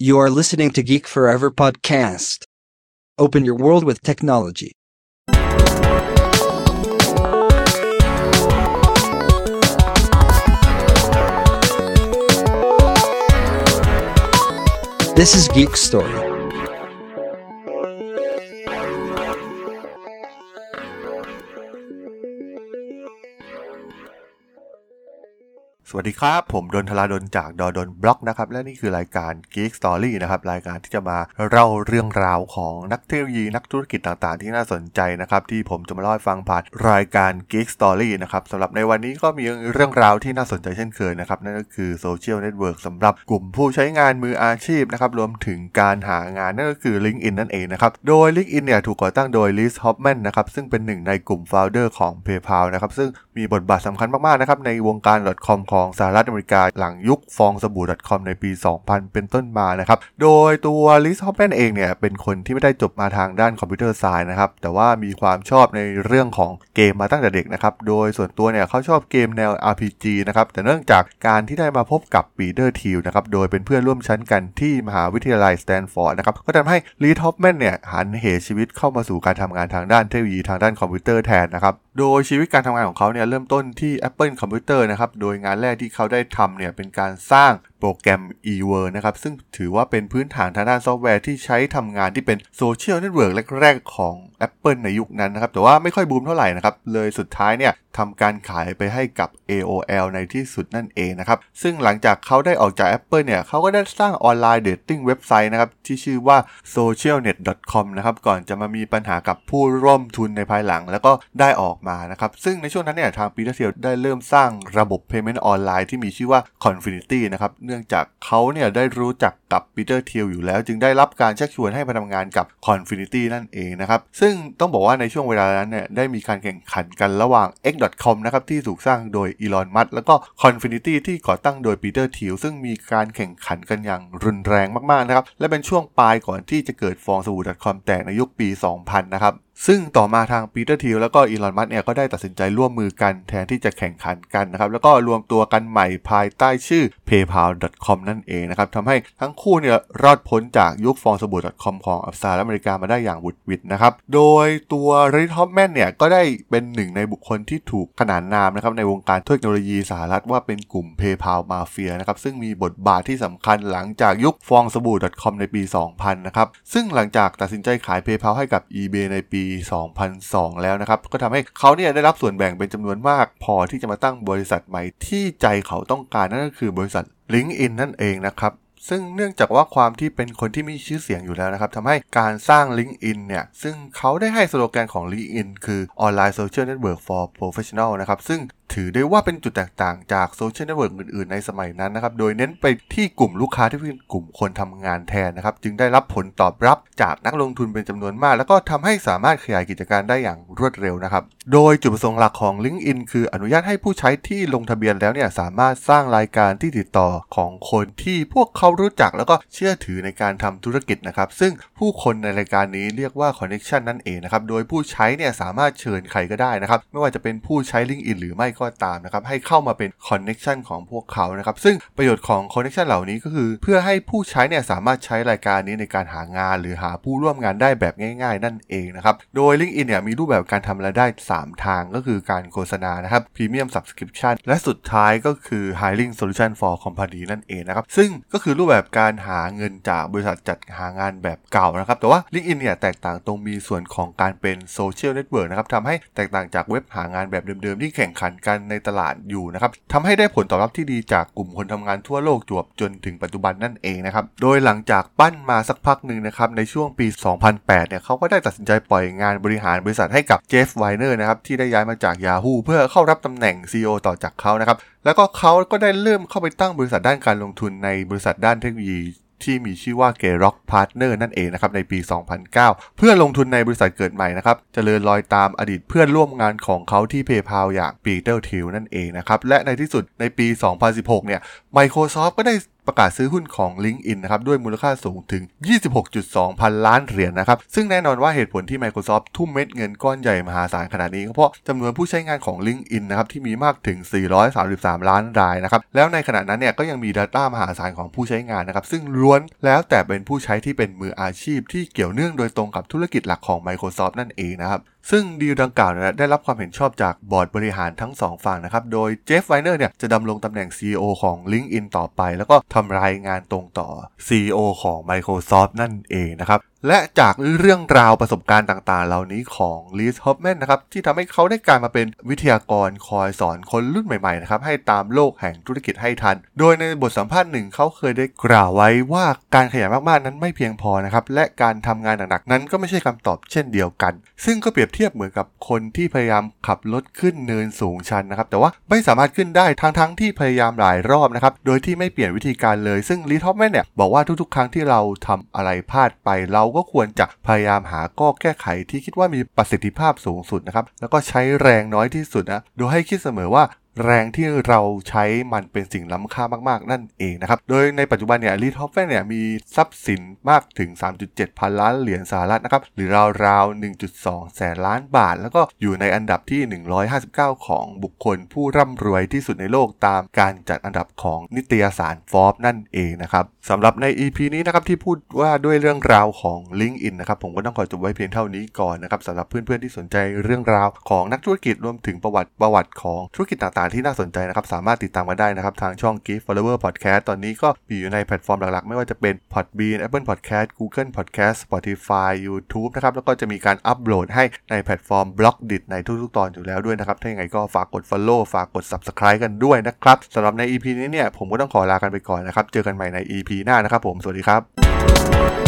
You are listening to Geek Forever Podcast. Open your world with technology. This is Geek Story. สวัสดีครับผมดนทราดลจากดนบล็อกนะครับและนี่คือรายการ Geek Story นะครับรายการที่จะมาเล่าเรื่องราวของนักเทคโนโลยีนักธุรกิจต่างๆที่น่าสนใจนะครับที่ผมจะมาเล่าให้ฟังผ่านรายการ Geek Story นะครับสำหรับในวันนี้ก็มีเรื่องราวที่น่าสนใจเช่นเคยนะครับนั่นก็คือโซเชียลเน็ตเวิร์กสำหรับกลุ่มผู้ใช้งานมืออาชีพนะครับรวมถึงการหางานนั่นก็คือ LinkedIn นั่นเองนะครับโดย LinkedIn เนี่ยถูกก่อตั้งโดย Reid Hoffman นะครับซึ่งเป็นหนึ่งในกลุ่ม founder ของ PayPal นะครับซึ่งมีบทบาทสำคัญมากๆนะครับในวงการ .com ของสหรัฐอเมริกาหลังยุคฟองสบู่ .com ในปี 2000 เป็นต้นมานะครับโดยตัว Reid Hoffman เองเนี่ยเป็นคนที่ไม่ได้จบมาทางด้านคอมพิวเตอร์ไซน์นะครับแต่ว่ามีความชอบในเรื่องของเกมมาตั้งแต่เด็กนะครับโดยส่วนตัวเนี่ยเขาชอบเกมแนว RPG นะครับแต่เนื่องจากการที่ได้มาพบกับปีเตอร์ทิลนะครับโดยเป็นเพื่อนร่วมชั้นกันที่มหาวิทยาลัยสแตนฟอร์ดนะครับก็ทำให้ Reid Hoffman เนี่ยหันเหชีวิตเข้ามาสู่การทำงานทางด้านเทคโนโลยีทางด้านคอมพิวเตอร์แทนนะครับโดยชีวิตการทำงานของเขาเนี่ยเริ่มต้นที่ Apple Computer นะครับโดยงานแรกที่เขาได้ทำเนี่ยเป็นการสร้างโปรแกรม eWorld นะครับซึ่งถือว่าเป็นพื้นฐานทางด้านซอฟต์แวร์ที่ใช้ทำงานที่เป็นโซเชียลเน็ตเวิร์กแรกๆของ Apple ในยุคนั้นนะครับแต่ว่าไม่ค่อยบูมเท่าไหร่นะครับเลยสุดท้ายเนี่ยทำการขายไปให้กับ AOL ในที่สุดนั่นเองนะครับซึ่งหลังจากเขาได้ออกจาก Apple เนี่ยเขาก็ได้สร้างออนไลน์เดทติ้งเว็บไซต์นะครับที่ชื่อว่า socialnet.com นะครับก่อนจะมามีปัญหากับผู้ร่วมทุนในภายหลังแล้วก็ได้ออกมานะครับซึ่งในช่วงนั้นเนี่ยทางปีเตอร์ทิลได้เริ่มสร้างระบบ payment ออนไลน์ที่มีชื่อว่า Confinity นะครับเนื่องจากเขาเนี่ยได้รู้จักกับปีเตอร์ทิลอยู่แล้วจึงได้รับการชักชวนให้มาทำงานกับ Confinity นั่นเองนะครับซึ่งต้องบอกว่าในช่วงเวลานั้นเนี่ยได้มีการแข่งขันกันระหว่าง X.com นะครับที่ถูกสร้างโดยอีลอนมัสก์แล้วก็ Confinity ที่ก่อตั้งโดยปีเตอร์ทิลซึ่งมีการแข่งขันกันอย่างรุนแรงมากๆนะครับและเป็นช่วงปลายก่อนที่จะเกิดฟองสบู่ .com แตกในยุคปี 2000 นะครับซึ่งต่อมาทางปีเตอร์ทิลแล้วก็อีลอนมัสก์เนี่ยก็ได้ตัดสินใจร่วมมือกันแทนที่จะแข่งขันกันนะครับแล้วก็รวมตัวกันใหม่ภายใต้ชื่อ PayPal.com นั่นเองนะครับทำให้ทั้งคู่เนี่ยรอดพ้นจากยุคฟองสบู่ .com ของสหรัฐอเมริกามาได้อย่างบุดหวิดนะครับโดยตัว Reid Hoffman เนี่ยก็ได้เป็นหนึ่งในบุคคลที่ถูกขนานนามนะครับในวงการเทคโนโลยีสหรัฐว่าเป็นกลุ่ม PayPal Mafia นะครับซึ่งมีบทบาทที่สำคัญหลังจากยุคฟองสบู่ .com ในปี 2000 นะครับซึ่งหลังจากตัดสินใจขาย PayPal ให้กับ eBay ในปี2002 แล้วนะครับก็ทำให้เขาเนี่ยได้รับส่วนแบ่งเป็นจำนวนมากพอที่จะมาตั้งบริษัทใหม่ที่ใจเขาต้องการนั่นก็คือบริษัท LinkedIn นั่นเองนะครับซึ่งเนื่องจากว่าความที่เป็นคนที่มีชื่อเสียงอยู่แล้วนะครับทำให้การสร้าง LinkedIn เนี่ยซึ่งเขาได้ให้สโลแกนของ LinkedIn คือ Online Social Network for Professional นะครับซึ่งถือได้ว่าเป็นจุดแตกต่างจากโซเชียลเน็ตเวิร์กอื่นๆในสมัยนั้นนะครับโดยเน้นไปที่กลุ่มลูกค้าที่เป็นกลุ่มคนทำงานแทนนะครับจึงได้รับผลตอบรับจากนักลงทุนเป็นจำนวนมากแล้วก็ทำให้สามารถขยายกิจการได้อย่างรวดเร็วนะครับโดยจุดประสงค์หลักของ LinkedIn คืออนุญาตให้ผู้ใช้ที่ลงทะเบียนแล้วเนี่ยสามารถสร้างรายการที่ติดต่อของคนที่พวกเขารู้จักแล้วก็เชื่อถือในการทำธุรกิจนะครับซึ่งผู้คนในรายการนี้เรียกว่า Connection นั่นเองนะครับโดยผู้ใช้เนี่ยสามารถเชิญใครก็ได้นะครับไม่ว่าจะเป็นผู้ใช้ LinkedIn หรือไม่ก็ตามนะครับให้เข้ามาเป็น Connection ของพวกเขานะครับซึ่งประโยชน์ของ Connection เหล่านี้ก็คือเพื่อให้ผู้ใช้เนี่ยสามารถใช้รายการนี้ในการหางานหรือหาผู้ร่วมงานได้แบบง่ายๆนั่นเองนะครับโดย LinkedIn เนี่ยมีรูปแบบการทำรายได้3ทางก็คือการโฆษณานะครับ Premium Subscription และสุดท้ายก็คือ Hiring Solution for Company นั่นเองนะครับซึ่งก็คือรูปแบบการหาเงินจากบริษัทจัดหางานแบบเก่านะครับแต่ว่า LinkedIn เนี่ยแตกต่างตรงมีส่วนของการเป็น Social Network นะครับทำให้แตกต่างจากเว็บหางานแบบเดิมๆที่แข่งขันกันในตลาดอยู่นะครับทำให้ได้ผลตอบรับที่ดีจากกลุ่มคนทำงานทั่วโลกจนถึงปัจจุบันนั่นเองนะครับโดยหลังจากปั้นมาสักพักหนึ่งนะครับในช่วงปี 2008 เนี่ยเขาก็ได้ตัดสินใจปล่อยงานบริหารบริษัทให้กับเจฟไวเนอร์นะครับที่ได้ย้ายมาจาก Yahoo เพื่อเข้ารับตำแหน่ง CEO ต่อจากเขานะครับแล้วก็เขาก็ได้เริ่มเข้าไปตั้งบริษัทด้านการลงทุนในบริษัทด้านเทคโนโลยีที่มีชื่อว่า Grok Partner นั่นเองนะครับในปี 2009 เพื่อลงทุนในบริษัทเกิดใหม่นะครับเจริญรอยตามอดีตเพื่อนร่วมงานของเขาที่ PayPal อย่างปีเตอร์ทิลนั่นเองนะครับและในที่สุดในปี 2016 เนี่ย Microsoft ก็ได้ประกาศซื้อหุ้นของ LinkedIn นะครับด้วยมูลค่าสูงถึง 26.2 พันล้านเหรียญนะครับซึ่งแน่นอนว่าเหตุผลที่ Microsoft ทุ่มเม็ดเงินก้อนใหญ่มหาศาลขนาดนี้ก็เพราะจำนวนผู้ใช้งานของ LinkedIn นะครับที่มีมากถึง433ล้านรายนะครับแล้วในขณะนั้นเนี่ยก็ยังมี Data มหาศาลของผู้ใช้งานนะครับซึ่งล้วนแล้วแต่เป็นผู้ใช้ที่เป็นมืออาชีพที่เกี่ยวเนื่องโดยตรงกับธุรกิจหลักของ Microsoft นั่นเองนะครับซึ่งดีลดังกล่าวได้รับความเห็นชอบจากบอร์ดบริหารทั้ง2ฝั่งนะครับโดยเจฟไวเนอร์เนี่ยจะดำรงตำแหน่ง CEO ของ LinkedIn ต่อไปแล้วก็ทำรายงานตรงต่อ CEO ของ Microsoft นั่นเองนะครับและจากเรื่องราวประสบการณ์ต่างๆเหล่านี้ของลีส ฮอฟแมนนะครับที่ทำให้เขาได้กลายมาเป็นวิทยากรคอยสอนคนรุ่นใหม่ๆนะครับให้ตามโลกแห่งธุรกิจให้ทันโดยในบทสัมภาษณ์หนึ่งเขาเคยได้กล่าวไว้ว่าการขยันมากๆนั้นไม่เพียงพอนะครับและการทำงานหนักๆนั้นก็ไม่ใช่คำตอบเช่นเดียวกันซึ่งก็เปรียบเทียบเหมือนกับคนที่พยายามขับรถขึ้นเนินสูงชันนะครับแต่ว่าไม่สามารถขึ้นได้ทั้งที่พยายามหลายรอบนะครับโดยที่ไม่เปลี่ยนวิธีการเลยซึ่งลีส ฮอฟแมนเนี่ยบอกว่าทุกๆครั้งที่เราทำอะไรพลาดไปเราก็ควรจะพยายามหาข้อแก้ไขที่คิดว่ามีประสิทธิภาพสูงสุดนะครับแล้วก็ใช้แรงน้อยที่สุดนะโดยให้คิดเสมอว่าแรงที่เราใช้มันเป็นสิ่งล้ำค่ามากๆนั่นเองนะครับโดยในปัจจุบันเนี่ยลีส ฮอฟแมนเนี่ยมีทรัพย์สินมากถึง 3.7 พันล้านเหรียญสหรัฐนะครับหรือราวๆ 1.2 แสนล้านบาทแล้วก็อยู่ในอันดับที่159ของบุคคลผู้ร่ำรวยที่สุดในโลกตามการจัดอันดับของนิตยสาร Forbes นั่นเองนะครับสำหรับใน EP นี้นะครับที่พูดว่าด้วยเรื่องราวของ LinkedIn นะครับผมก็ต้องขอจบไว้เพียงเท่านี้ก่อนนะครับสำหรับเพื่อนๆที่สนใจเรื่องราวของนักธุรกิจรวมถึงประวัติของธุรกิจต่างๆที่น่าสนใจนะครับสามารถติดตามกันได้นะครับทางช่อง Geek Flower Podcast ตอนนี้ก็มีอยู่ในแพลตฟอร์มหลักๆไม่ว่าจะเป็น Podbean Apple Podcast Google Podcast Spotify YouTube นะครับแล้วก็จะมีการอัปโหลดให้ในแพลตฟอร์ม Blogdit ในทุกๆตอนอยู่แล้วด้วยนะครับถ้าอย่างไรก็ฝากกด Follow ฝากกด Subscribe กันด้วยนะครับสำหรับใน EP นี้เนี่ยผมก็ต้องขอลากันไปก่อนนะครับเจอกันใหม่ใน EP หน้านะครับผมสวัสดีครับ